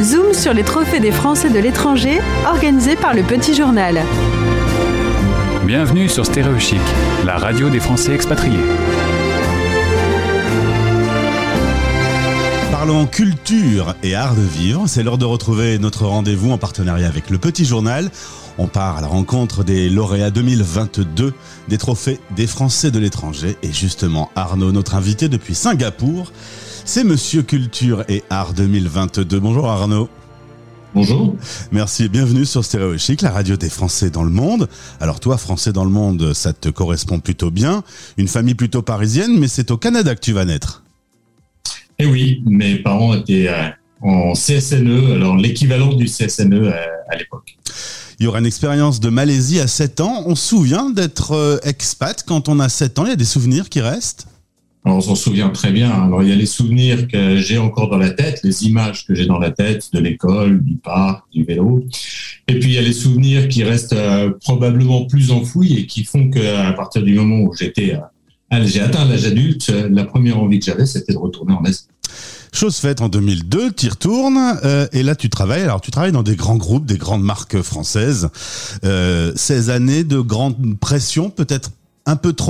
Zoom sur les trophées des Français de l'étranger, organisé par le Petit Journal. Bienvenue sur Stéréo Chic, la radio des Français expatriés. Parlons culture et art de vivre, c'est l'heure de retrouver notre rendez-vous en partenariat avec le Petit Journal. On part à la rencontre des lauréats 2022 des trophées des Français de l'étranger. Et justement, Arnaud, notre invité depuis Singapour, c'est Monsieur Culture et Art 2022. Bonjour Arnaud. Bonjour. Merci et bienvenue sur Stéréo Chic, la radio des Français dans le monde. Alors toi, Français dans le monde, ça te correspond plutôt bien. Une famille plutôt parisienne, mais c'est au Canada que tu vas naître. Eh oui, mes parents étaient en CSNE, alors l'équivalent du CSNE à l'époque. Il y aura une expérience de Malaisie à 7 ans. On se souvient d'être expat quand on a 7 ans. Il y a des souvenirs qui restent ? Alors, on s'en souvient très bien. Alors, il y a les souvenirs que j'ai encore dans la tête, les images que j'ai dans la tête de l'école, du parc, du vélo. Et puis, il y a les souvenirs qui restent probablement plus enfouis et qui font qu'à partir du moment où j'ai atteint l'âge adulte, la première envie que j'avais, c'était de retourner en Asie. Chose faite en 2002, tu y retournes et là tu travailles. Alors tu travailles dans des grands groupes, des grandes marques françaises. 16 années de grande pression, peut-être un peu trop ?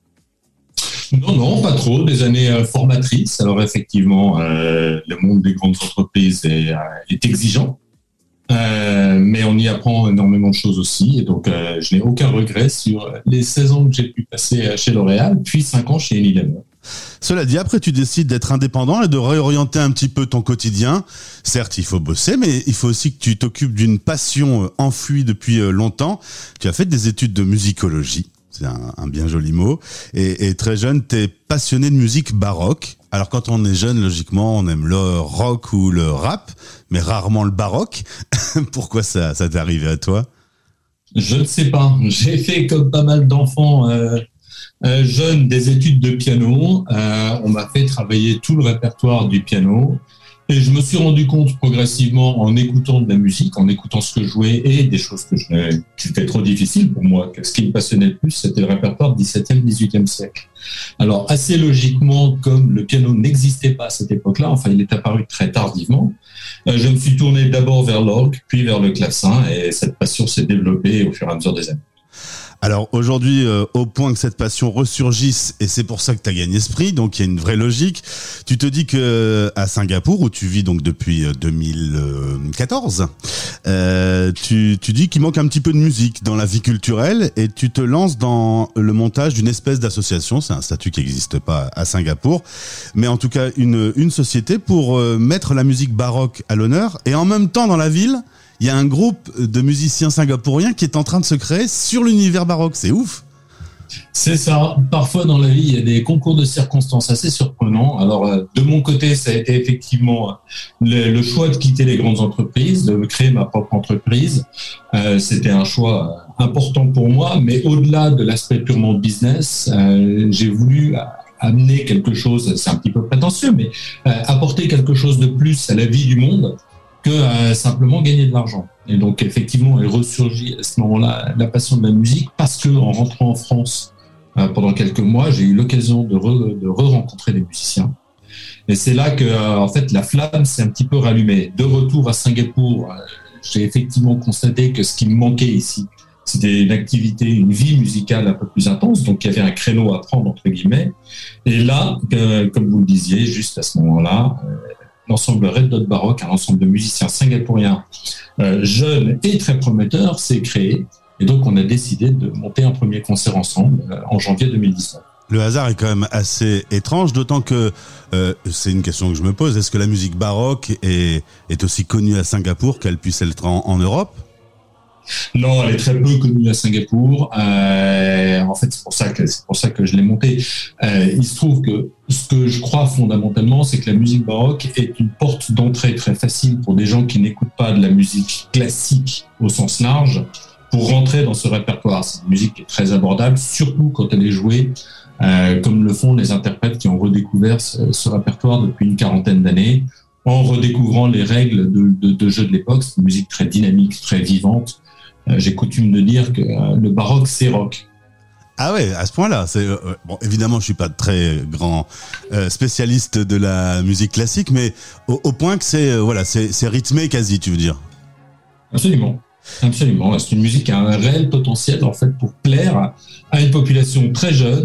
Non, pas trop. Des années formatrices. Alors effectivement, le monde des grandes entreprises est exigeant, mais on y apprend énormément de choses aussi. Et donc, je n'ai aucun regret sur les 16 ans que j'ai pu passer chez L'Oréal, puis 5 ans chez Unilever. Cela dit, après tu décides d'être indépendant et de réorienter un petit peu ton quotidien. Certes, il faut bosser, mais il faut aussi que tu t'occupes d'une passion enfouie depuis longtemps. Tu as fait des études de musicologie. C'est un bien joli mot. Et très jeune, t'es passionné de musique baroque. Alors quand on est jeune, logiquement, on aime le rock ou le rap, mais rarement le baroque. Pourquoi ça t'est arrivé à toi ? Je ne sais pas. J'ai fait comme pas mal d'enfants jeunes des études de piano. On m'a fait travailler tout le répertoire du piano. Et je me suis rendu compte progressivement en écoutant de la musique, en écoutant ce que je jouais et des choses qui étaient trop difficiles pour moi, que ce qui me passionnait le plus, c'était le répertoire du XVIIe, XVIIIe siècle. Alors, assez logiquement, comme le piano n'existait pas à cette époque-là, enfin, il est apparu très tardivement, je me suis tourné d'abord vers l'orgue, puis vers le clavecin, et cette passion s'est développée au fur et à mesure des années. Alors aujourd'hui, au point que cette passion ressurgisse, et c'est pour ça que tu as gagné ce prix, donc il y a une vraie logique, tu te dis que à Singapour, où tu vis donc depuis 2014, tu dis qu'il manque un petit peu de musique dans la vie culturelle, et tu te lances dans le montage d'une espèce d'association, c'est un statut qui n'existe pas à Singapour, mais en tout cas une société pour mettre la musique baroque à l'honneur, et en même temps dans la ville, il y a un groupe de musiciens singapouriens qui est en train de se créer sur l'univers baroque. C'est ouf. C'est ça. Parfois, dans la vie, il y a des concours de circonstances assez surprenants. Alors, de mon côté, ça a été effectivement le choix de quitter les grandes entreprises, de créer ma propre entreprise. C'était un choix important pour moi, mais au-delà de l'aspect purement business, j'ai voulu amener quelque chose, c'est un petit peu prétentieux, mais apporter quelque chose de plus à la vie du monde que simplement gagner de l'argent. Et donc, effectivement, elle ressurgit à ce moment-là la passion de la musique parce que en rentrant en France pendant quelques mois, j'ai eu l'occasion de re-rencontrer des musiciens. Et c'est là que, en fait, la flamme s'est un petit peu rallumée. De retour à Singapour, j'ai effectivement constaté que ce qui me manquait ici, c'était une activité, une vie musicale un peu plus intense. Donc, il y avait un créneau à prendre, entre guillemets. Et là, comme vous le disiez, juste à ce moment-là, l'ensemble Red Dot Baroque, un ensemble de musiciens singapouriens jeunes et très prometteurs, s'est créé. Et donc, on a décidé de monter un premier concert ensemble en janvier 2019. Le hasard est quand même assez étrange, d'autant que c'est une question que je me pose. Est-ce que la musique baroque est aussi connue à Singapour qu'elle puisse être en Europe ? Non, elle est très peu connue à Singapour. En fait, c'est pour ça que je l'ai montée. Il se trouve que ce que je crois fondamentalement, c'est que la musique baroque est une porte d'entrée très facile pour des gens qui n'écoutent pas de la musique classique au sens large, pour rentrer dans ce répertoire. C'est une musique qui est très abordable, surtout quand elle est jouée comme le font les interprètes qui ont redécouvert ce répertoire depuis une quarantaine d'années, en redécouvrant les règles de jeu de l'époque. C'est une musique très dynamique, très vivante. J'ai coutume de dire que le baroque, c'est rock. Ah ouais, à ce point-là. Bon, évidemment, je suis pas très grand spécialiste de la musique classique, mais au point que c'est rythmé quasi, tu veux dire? Absolument. C'est une musique qui a un réel potentiel en fait pour plaire à une population très jeune,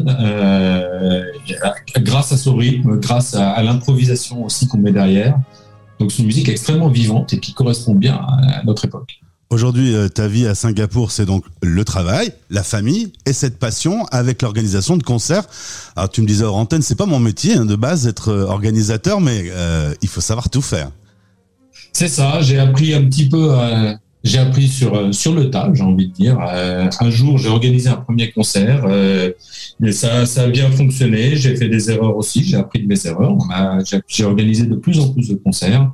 grâce à son rythme, grâce à l'improvisation aussi qu'on met derrière. Donc c'est une musique extrêmement vivante et qui correspond bien à notre époque. Aujourd'hui, ta vie à Singapour, c'est donc le travail, la famille et cette passion avec l'organisation de concerts. Alors tu me disais hors antenne, c'est pas mon métier de base d'être organisateur, mais il faut savoir tout faire. C'est ça, j'ai appris un petit peu, sur le tas, j'ai envie de dire. Un jour, j'ai organisé un premier concert, mais ça a bien fonctionné. J'ai fait des erreurs aussi, j'ai appris de mes erreurs. J'ai organisé de plus en plus de concerts,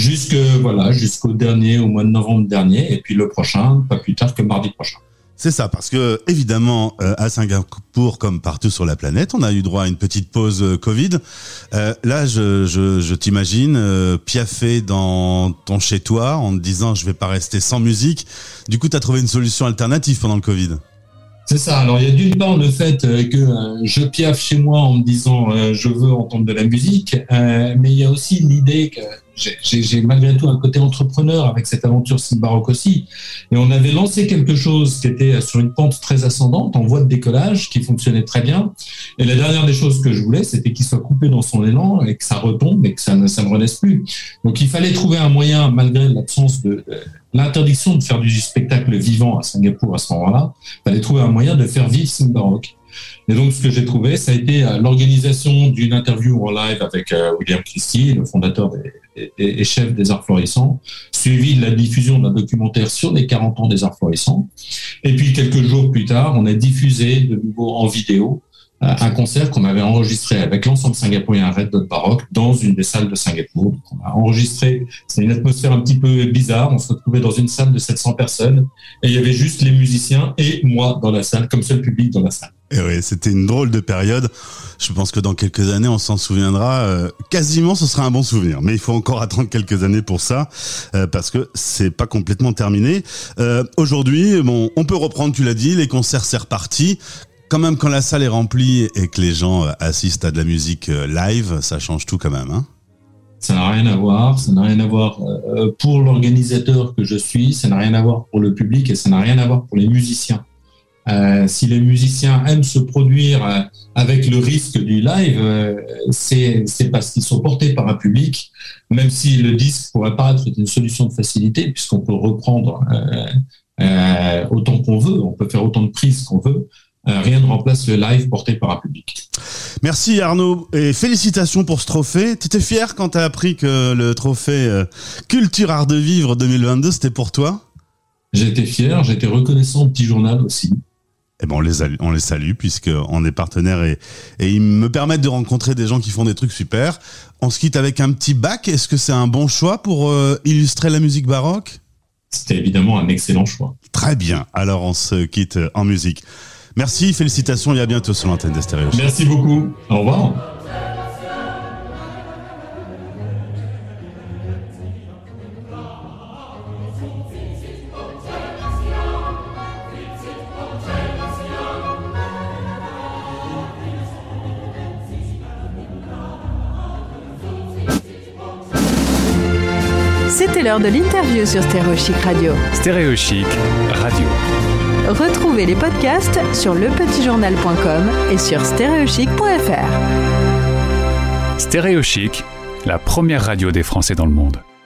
jusqu'au dernier, au mois de novembre dernier, et puis le prochain, pas plus tard que mardi prochain. C'est ça, parce que évidemment, à Singapour, comme partout sur la planète, on a eu droit à une petite pause Covid. Là, je t'imagine piaffer dans ton chez-toi en te disant je vais pas rester sans musique. Du coup, tu as trouvé une solution alternative pendant le Covid. C'est ça. Alors, il y a d'une part le fait que je piaffe chez moi en me disant je veux entendre de la musique, mais il y a aussi l'idée que j'ai malgré tout un côté entrepreneur avec cette aventure Simbaroc aussi. Et on avait lancé quelque chose qui était sur une pente très ascendante, en voie de décollage, qui fonctionnait très bien. Et la dernière des choses que je voulais, c'était qu'il soit coupé dans son élan et que ça retombe et que ça ne renaisse plus. Donc il fallait trouver un moyen, malgré l'absence de l'interdiction de faire du spectacle vivant à Singapour à ce moment-là, il fallait trouver un moyen de faire vivre Simbaroc. Et donc, ce que j'ai trouvé, ça a été l'organisation d'une interview en live avec William Christie, le fondateur et chef des Arts Florissants, suivi de la diffusion d'un documentaire sur les 40 ans des Arts Florissants. Et puis, quelques jours plus tard, on a diffusé de nouveau en vidéo un concert qu'on avait enregistré avec l'ensemble singapourien Red Dot Baroque dans une des salles de Singapour. Donc, on a enregistré, c'est une atmosphère un petit peu bizarre, on se retrouvait dans une salle de 700 personnes et il y avait juste les musiciens et moi dans la salle, comme seul public dans la salle. Et oui, c'était une drôle de période. Je pense que dans quelques années, on s'en souviendra. Quasiment, ce sera un bon souvenir. Mais il faut encore attendre quelques années pour ça, parce que c'est pas complètement terminé. Aujourd'hui, bon, on peut reprendre, tu l'as dit, les concerts, c'est reparti. Quand même, quand la salle est remplie et que les gens assistent à de la musique live, ça change tout quand même, hein. Ça n'a rien à voir. Ça n'a rien à voir pour l'organisateur que je suis. Ça n'a rien à voir pour le public et ça n'a rien à voir pour les musiciens. Si les musiciens aiment se produire avec le risque du live, c'est parce qu'ils sont portés par un public, même si le disque pourrait paraître une solution de facilité, puisqu'on peut reprendre autant qu'on veut, on peut faire autant de prises qu'on veut. Rien ne remplace le live porté par un public. Merci Arnaud et félicitations pour ce trophée. Tu étais fier quand tu as appris que le trophée Culture Art de Vivre 2022, c'était pour toi? J'étais fier, j'étais reconnaissant au Petit Journal aussi. Eh ben on les salue puisqu'on est partenaires et ils me permettent de rencontrer des gens qui font des trucs super. On se quitte avec un petit bac. Est-ce que c'est un bon choix pour illustrer la musique baroque? C'était évidemment un excellent choix. Très bien. Alors on se quitte en musique. Merci, félicitations et à bientôt sur l'antenne de Stéréo Chic. Merci beaucoup. Au revoir. C'était l'heure de l'interview sur Stéréo Chic Radio. Stéréo Chic Radio. Retrouvez les podcasts sur lepetitjournal.com et sur stéréochic.fr. Stéréo Chic, la première radio des Français dans le monde.